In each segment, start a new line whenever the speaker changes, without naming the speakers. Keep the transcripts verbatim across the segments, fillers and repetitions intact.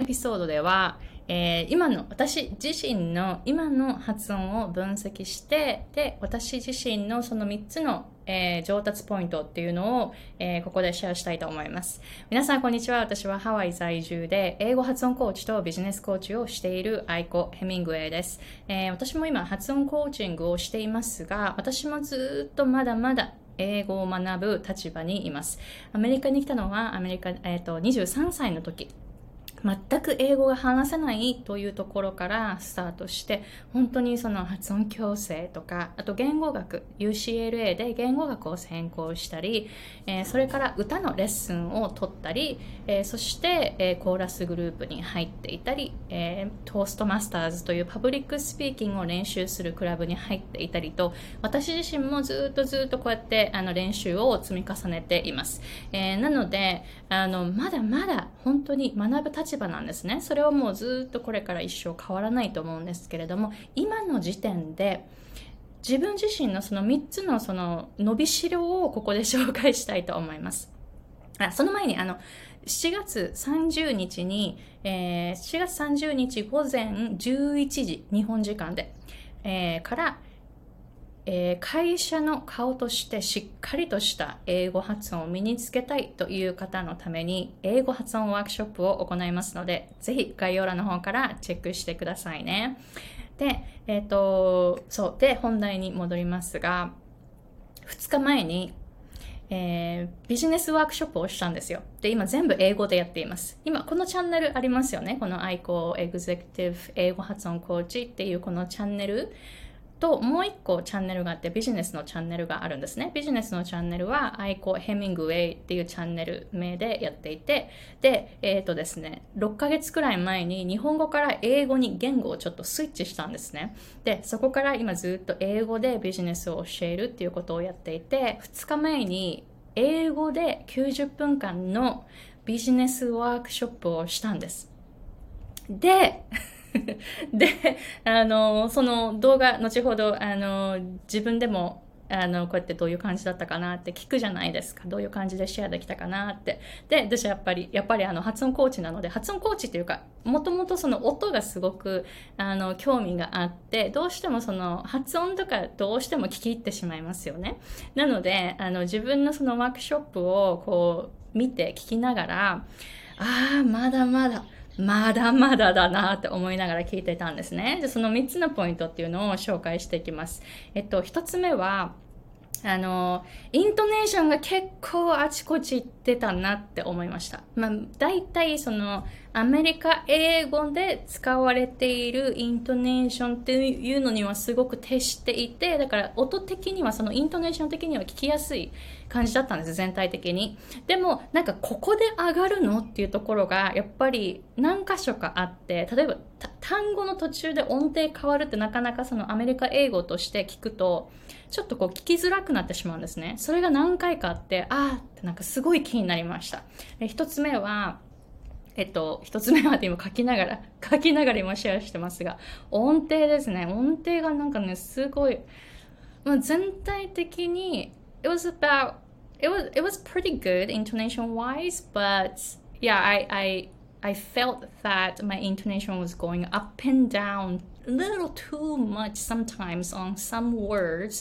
ピソードでは、えー、今の私自身の今の発音を分析して、で私自身のそのみっつの、えー、上達ポイントっていうのを、えー、ここでシェアしたいと思います。皆さんこんにちは。私はハワイ在住で英語発音コーチとビジネスコーチをしているアイコ・ヘミングウェイです。えー、私も今発音コーチングをしていますが、私もずっとまだまだ英語を学ぶ立場にいます。アメリカに来たのはアメリカ、えーと、にじゅうさんさいの時。全く英語が話せないというところからスタートして、本当にその発音矯正とか、あと言語学、ユーシーエルエー で言語学を専攻したり、えー、それから歌のレッスンを取ったり、えー、そして、えー、コーラスグループに入っていたり、えー、トーストマスターズというパブリックスピーキングを練習するクラブに入っていたりと、私自身もずっとずっとこうやってあの練習を積み重ねています。えー、なのであのまだまだ本当に学ぶ立場なんですね。それはもうずっとこれから一生変わらないと思うんですけれども、今の時点で自分自身のそのみっつのその伸びしろをここで紹介したいと思います。あ、その前にあのしちがつさんじゅうにちに、えー、しちがつさんじゅうにち午前じゅういちじ日本時間で、えー、からえー、会社の顔としてしっかりとした英語発音を身につけたいという方のために英語発音ワークショップを行いますので、ぜひ概要欄の方からチェックしてくださいね。で、えっと、そう。で、本題に戻りますが、ふつかまえに、えー、ビジネスワークショップをしたんですよ。で、今全部英語でやっています。今、このチャンネルありますよね。この アイコ エグゼクティブ英語発音コーチっていうこのチャンネル。と、もう一個チャンネルがあって、ビジネスのチャンネルがあるんですね。ビジネスのチャンネルは、アイコ・ヘミングウェイっていうチャンネル名でやっていて、で、えっとですね、ろっかげつくらい前に日本語から英語に言語をちょっとスイッチしたんですね。で、そこから今ずっと英語でビジネスを教えるっていうことをやっていて、ふつかまえに英語できゅうじゅっぷんかんのビジネスワークショップをしたんです。で、で、あの、その動画、後ほど、あの、自分でも、あの、こうやってどういう感じだったかなって聞くじゃないですか。どういう感じでシェアできたかなって。で、私はやっぱり、やっぱりあの、発音コーチなので、発音コーチっていうか、もともとその音がすごく、あの、興味があって、どうしてもその、発音とかどうしても聞き入ってしまいますよね。なので、あの、自分のそのワークショップをこう、見て聞きながら、ああ、まだまだ、まだまだだなって思いながら聞いてたんですね。で、そのみっつのポイントっていうのを紹介していきます。えっと、ひとつめは、あの、イントネーションが結構あちこち行ってたなって思いました。まあ、大体その、アメリカ英語で使われているイントネーションっていうのにはすごく徹していて、だから音的にはそのイントネーション的には聞きやすい感じだったんです、全体的に。でも、なんかここで上がるのっていうところが、やっぱり何箇所かあって、例えば単語の途中で音程変わるってなかなかそのアメリカ英語として聞くと、ちょっとこう聞きづらくなってしまうんですね。それが何回かあって、あーってなんかすごい気になりました。で、一つ目は、えっと、一つ目はって今書きながら、書きながら今シェアしてますが、音程ですね。音程がなんかね、すごい、まあ、全体的に、it was about, it was, it was pretty good intonation wise, but yeah, I, I, I felt that my intonation was going up and down a little too much sometimes on some words,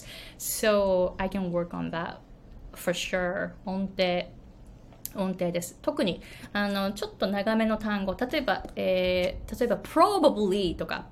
so I can work on that for sure. 音程音程です。特にあのちょっと長めの単語、例えば、えー、例えば probably とか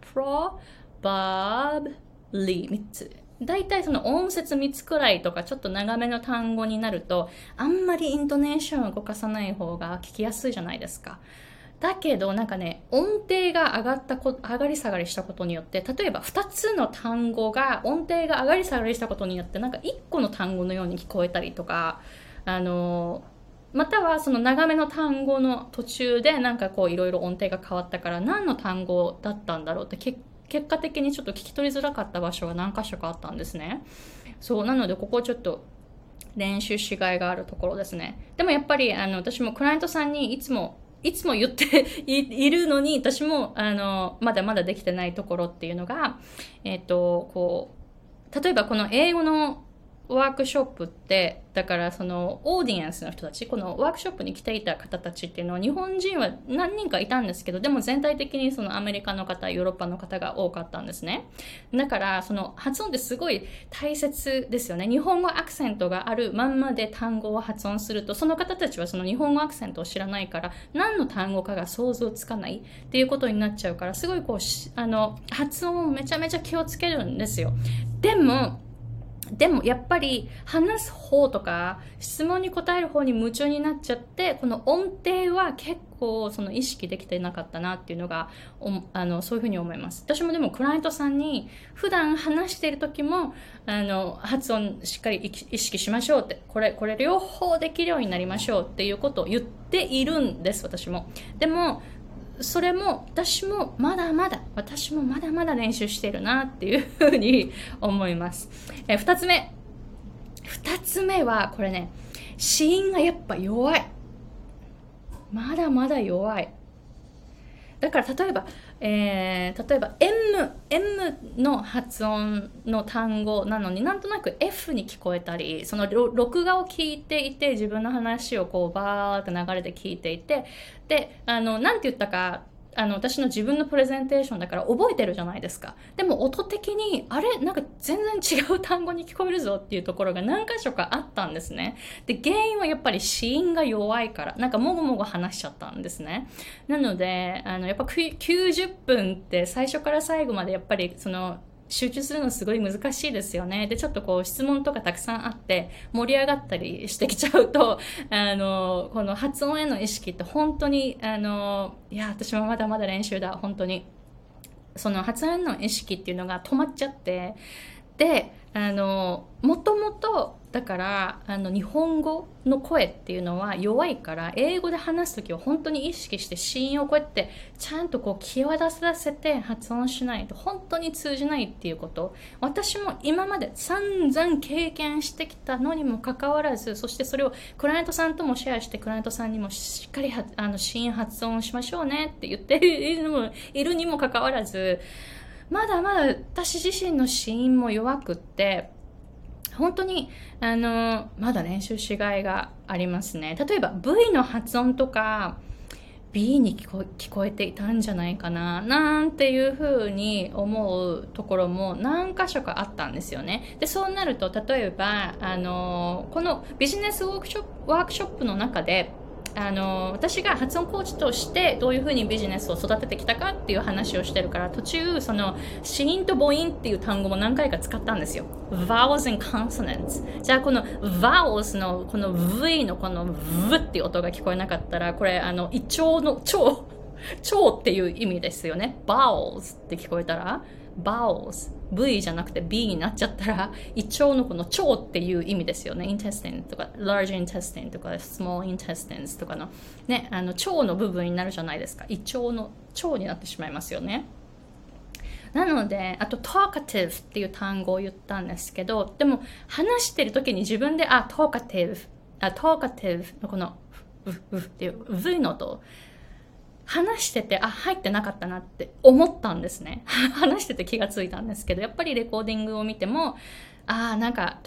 probably みっつ。だいたいその音節みっつくらいとかちょっと長めの単語になると、あんまりイントネーションを動かさない方が聞きやすいじゃないですか。だけどなんかね、音程が上がったこ上がり下がりしたことによって、例えばふたつの単語が音程が上がり下がりしたことによって、なんかいっこの単語のように聞こえたりとか、あのまたはその長めの単語の途中でなんかこういろいろ音程が変わったから、何の単語だったんだろうって結結果的にちょっと聞き取りづらかった場所が何箇所かあったんですね。そうなのでここちょっと練習しがいがあるところですね。でもやっぱりあの私もクライアントさんにいつもいつも言っているのに、私もあのまだまだできてないところっていうのが、えっとこう例えばこの英語のワークショップって、だからそのオーディエンスの人たち、このワークショップに来ていた方たちっていうのは日本人は何人かいたんですけど、でも全体的にそのアメリカの方、ヨーロッパの方が多かったんですね。だからその発音ってすごい大切ですよね。日本語アクセントがあるまんまで単語を発音すると、その方たちはその日本語アクセントを知らないから、何の単語かが想像つかないっていうことになっちゃうから、すごいこう、あの、発音をめちゃめちゃ気をつけるんですよ。でも、でもやっぱり話す方とか質問に答える方に夢中になっちゃって、この音程は結構その意識できてなかったなっていうのが、あのそういうふうに思います。私もでもクライアントさんに普段話している時もあの発音しっかり意識しましょうって、これこれ両方できるようになりましょうっていうことを言っているんです、私も。でもそれも私もまだまだ私もまだまだ練習してるなっていうふうに思います。え二つ目二つ目はこれね、子音がやっぱ弱い。まだまだ弱い。だから例えば、えー、例えば M, M の発音の単語なのになんとなく F に聞こえたり、その録画を聞いていて自分の話をこうバーって流れで聞いていて、で、あの、なんて言ったか、あの、私の自分のプレゼンテーションだから覚えてるじゃないですか。でも音的に、あれなんか全然違う単語に聞こえるぞっていうところが何箇所かあったんですね。で、原因はやっぱり子音が弱いから、なんかもごもご話しちゃったんですね。なので、あの、やっぱきゅうじゅっぷんって最初から最後までやっぱりその、集中するのすごい難しいですよね。で、ちょっとこう質問とかたくさんあって盛り上がったりしてきちゃうと、あの、この発音への意識って本当に、あの、いや、私もまだまだ練習だ、本当に。その発音への意識っていうのが止まっちゃって、で、あの、もともと、だから、あの、日本語の声っていうのは弱いから、英語で話すときは本当に意識して、子音をこうやって、ちゃんとこう、際立たせて発音しないと、本当に通じないっていうこと。私も今まで散々経験してきたのにもかかわらず、そしてそれをクライアントさんともシェアして、クライアントさんにもしっかりあの、子音発音しましょうねって言っているもいるにもかかわらず、まだまだ私自身の子音も弱くって、本当に、あの、まだ練習しがいがありますね。例えば V の発音とか B に聞こ、聞こえていたんじゃないかな、なんていう風に思うところも何箇所かあったんですよね。で、そうなると、例えば、あの、このビジネスウォークショップ、ワークショップの中で、あの私が発音コーチとしてどういうふうにビジネスを育ててきたかっていう話をしてるから、途中その子音と母音っていう単語も何回か使ったんですよ。 vowels and consonants。 じゃあこの vowels のこの V のこの V っていう音が聞こえなかったら、これあの胃腸の腸腸っていう意味ですよね。 vowels って聞こえたらbowels V じゃなくて B になっちゃったら、胃腸のこの腸っていう意味ですよね。intestine とか large intestine とか small intestines とかのね、あの腸の部分になるじゃないですか。胃腸の腸になってしまいますよね。なので、あと talkative っていう単語を言ったんですけど、でも話してる時に自分であ talkative あ talkative のこのううっていう V の音話してて、あ、入ってなかったなって思ったんですね。話してて気がついたんですけど、やっぱりレコーディングを見ても、あーなんか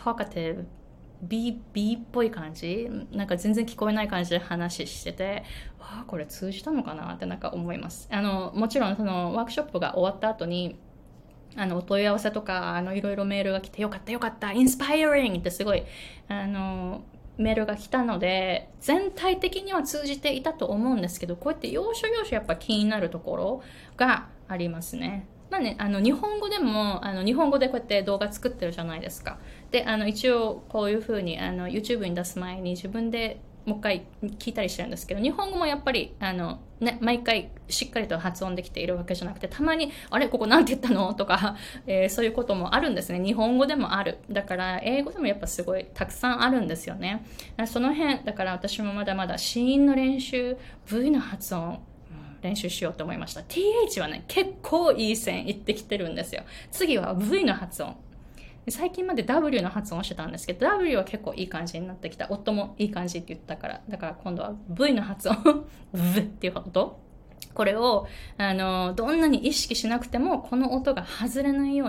talkative、B、B っぽい感じ、なんか全然聞こえない感じで話してて、わあこれ通じたのかなってなんか思います。あの、もちろんそのワークショップが終わった後に、あの、お問い合わせとか、あの、いろいろメールが来て、よかったよかった、インスパイアリングってすごい、あの、メールが来たので、全体的には通じていたと思うんですけど、こうやって要所要所やっぱ気になるところがありますね。まあね、あの日本語でもあの日本語でこうやって動画作ってるじゃないですか。で、あの一応こういう風にあの YouTube に出す前に自分でもう一回聞いたりしてるんですけど、日本語もやっぱりあの、ね、毎回しっかりと発音できているわけじゃなくて、たまにあれここなんて言ったのとか、えー、そういうこともあるんですね。日本語でもある。だから英語でもやっぱすごいたくさんあるんですよね。その辺だから私もまだまだ子音の練習、 V の発音練習しようと思いました。 ティーエイチ はね結構いい線いってきてるんですよ。次は V の発音。最近まで W の発音をしてたんですけど、 W は結構いい感じになってきた。夫もいい感じって言ったから、だから今度は V の発音V っていう音、これをあのどんなに意識しなくてもこの音が外れないように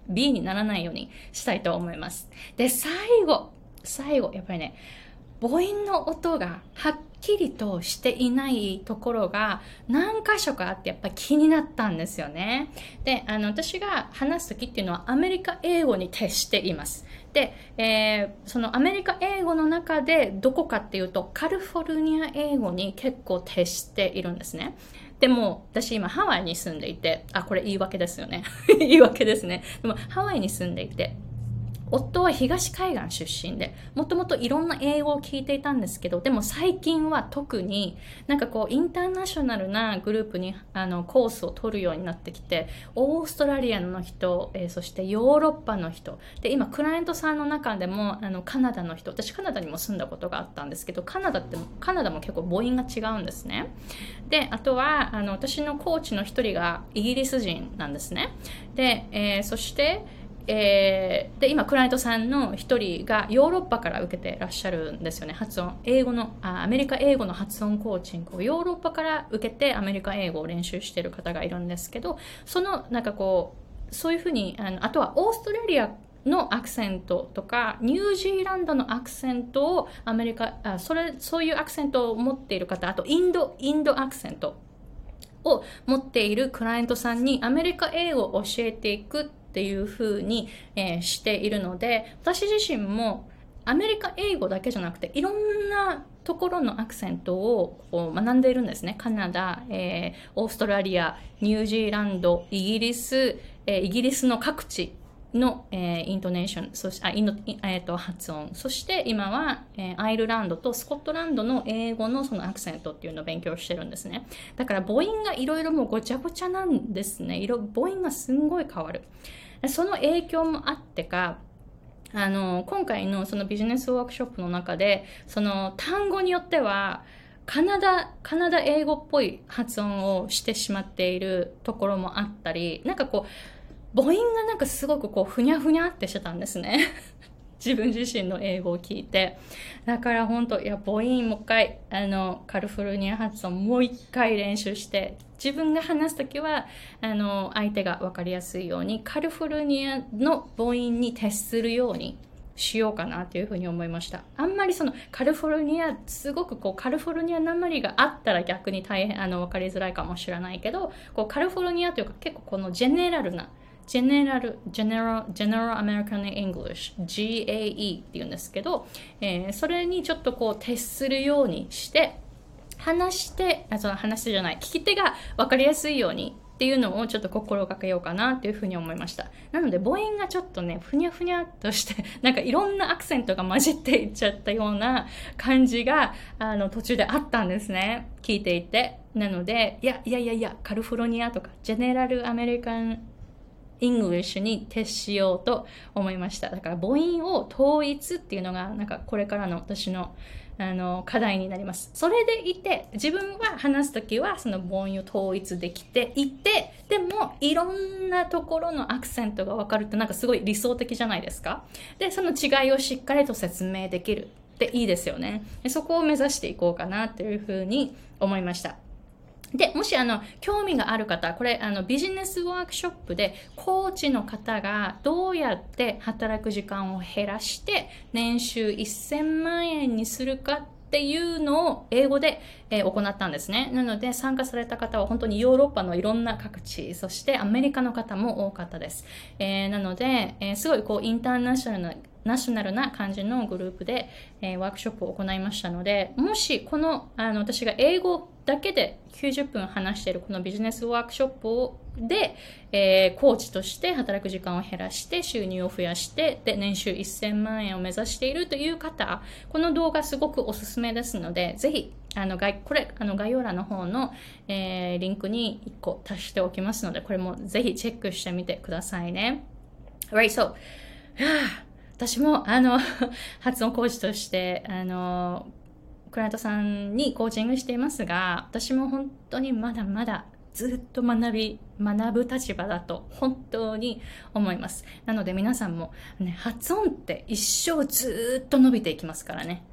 B にならないようにしたいと思います。で、最後、最後、やっぱりね、母音の音がはっきりとしていないところが何箇所かあってやっぱり気になったんですよね。で、あの、私が話すときっていうのはアメリカ英語に徹しています。で、えー、そのアメリカ英語の中でどこかっていうとカリフォルニア英語に結構徹しているんですね。でも私今ハワイに住んでいて、あ、これ言い訳ですよね。言い訳ですね。でもハワイに住んでいて、夫は東海岸出身で、もともといろんな英語を聞いていたんですけど、でも最近は特になんかこうインターナショナルなグループにあのコースを取るようになってきて、オーストラリアの人、えー、そしてヨーロッパの人で、今クライアントさんの中でもあのカナダの人、私カナダにも住んだことがあったんですけど、カナダってカナダも結構母音が違うんですね。で、あとはあの私のコーチの一人がイギリス人なんですね。で、えー、そしてえー、で今クライアントさんの一人がヨーロッパから受けてらっしゃるんですよね。発音英語のあアメリカ英語の発音コーチングをヨーロッパから受けてアメリカ英語を練習している方がいるんですけど、そのなんかこうそういうふうにあのあとはオーストラリアのアクセントとかニュージーランドのアクセントをアメリカあそれそういうアクセントを持っている方、あとインドインドアクセントを持っているクライアントさんにアメリカ英語を教えていくっていう風に、えー、しているので、私自身もアメリカ英語だけじゃなくていろんなところのアクセントをこう学んでいるんですね。カナダ、えー、オーストラリア、ニュージーランド、イギリス、えー、イギリスの各地の、えー、イントネーション、そしてあインド、えー、と発音、そして今は、えー、アイルランドとスコットランドの英語のそのアクセントっていうのを勉強してるんですね。だから母音がいろいろもうごちゃごちゃなんですね。色母音がすんごい変わる。その影響もあってか、あの今回のそのビジネスワークショップの中でその単語によってはカナダ、カナダ英語っぽい発音をしてしまっているところもあったり、なんかこう母音がなんかすごくこうふにゃふにゃってしてたんですね。自分自身の英語を聞いて。だから本当いや母音もう一回あのカリフォルニア発音もう一回練習して、自分が話すときはあの相手が分かりやすいようにカリフォルニアの母音に徹するようにしようかなというふうに思いました。あんまりそのカリフォルニアすごくこうカリフォルニアなまりがあったら逆に大変あの分かりづらいかもしれないけど、こうカリフォルニアというか結構このジェネラルなジェネラル、ジェネラル、ジェネラルアメリカン・イングリッシュ、ジーエーイー って言うんですけど、えー、それにちょっとこう徹するようにして、話して、あ、その話じゃない、聞き手が分かりやすいようにっていうのをちょっと心がけようかなっていうふうに思いました。なので母音がちょっとね、ふにゃふにゃっとして、なんかいろんなアクセントが混じっていっちゃったような感じが、あの、途中であったんですね。聞いていて。なので、いやいやいやいや、カリフォルニアとか、ジェネラルアメリカンイングリッシュに徹しようと思いました。だから母音を統一っていうのがなんかこれからの私のあの課題になります。それでいて自分は話すときはその母音を統一できていて、でもいろんなところのアクセントが分かるってなんかすごい理想的じゃないですか。でその違いをしっかりと説明できるっていいですよね。そこを目指していこうかなというふうに思いました。で、もしあの興味がある方、これあのビジネスワークショップでコーチの方がどうやって働く時間を減らして年収せんまんえんにするかっていうのを英語で、えー、行ったんですね。なので参加された方は本当にヨーロッパのいろんな各地、そしてアメリカの方も多かったです。えー、なので、えー、すごいこうインターナショナルなナショナルな感じのグループで、えー、ワークショップを行いましたので、もしこの、あの私が英語だけできゅうじゅっぷん話しているこのビジネスワークショップをで、えー、コーチとして働く時間を減らして収入を増やしてで年収せんまんえんを目指しているという方、この動画すごくおすすめですので、ぜひあの概これあの概要欄の方の、えー、リンクにいっこ足しておきますので、これもぜひチェックしてみてくださいね。Right, so 私もあの発音コーチとしてあのクライアントさんにコーチングしていますが、私も本当にまだまだずっと学び学ぶ立場だと本当に思います。なので皆さんも、ね、発音って一生ずっと伸びていきますからね。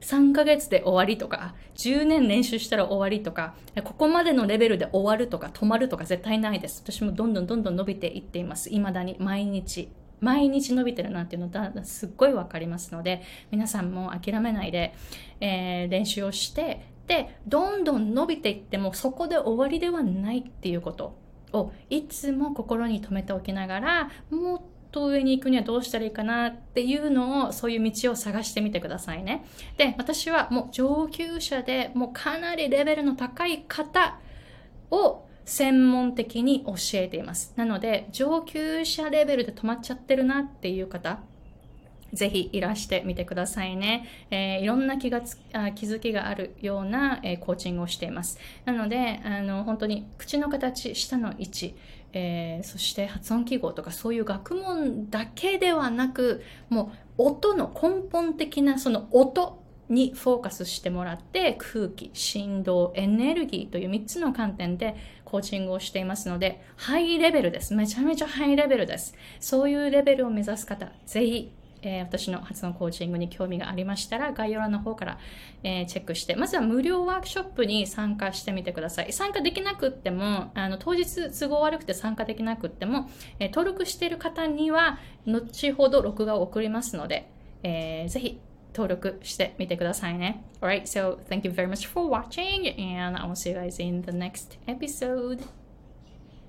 さんかげつで終わりとか、じゅうねん練習したら終わりとか、ここまでのレベルで終わるとか止まるとか絶対ないです。私もどんどんどんどん伸びていっています。未だに毎日。毎日伸びてるなっていうのだすっごいわかりますので、皆さんも諦めないで、えー、練習をして、で、どんどん伸びていってもそこで終わりではないっていうことをいつも心に留めておきながら、もっと上に行くにはどうしたらいいかなっていうのを、そういう道を探してみてくださいね。で、私はもう上級者でもうかなりレベルの高い方を専門的に教えています。なので、上級者レベルで止まっちゃってるなっていう方、ぜひいらしてみてくださいね。えー、いろんな気がつあ気づきがあるような、えー、コーチングをしています。なので、あの本当に口の形、舌の位置、えー、そして発音記号とかそういう学問だけではなく、もう音の根本的なその音にフォーカスしてもらって、空気、振動、エネルギーというみっつの観点でコーチングをしていますので、ハイレベルです。めちゃめちゃハイレベルです。そういうレベルを目指す方、ぜひ、えー、私の発音コーチングに興味がありましたら、概要欄の方から、えー、チェックして、まずは無料ワークショップに参加してみてください。参加できなくっても、あの当日都合悪くて参加できなくっても、えー、登録している方には、後ほど録画を送りますので、えー、ぜひ、登録してみてくださいね。Alright, so thank you very much for watching and I will see you guys in the next episode.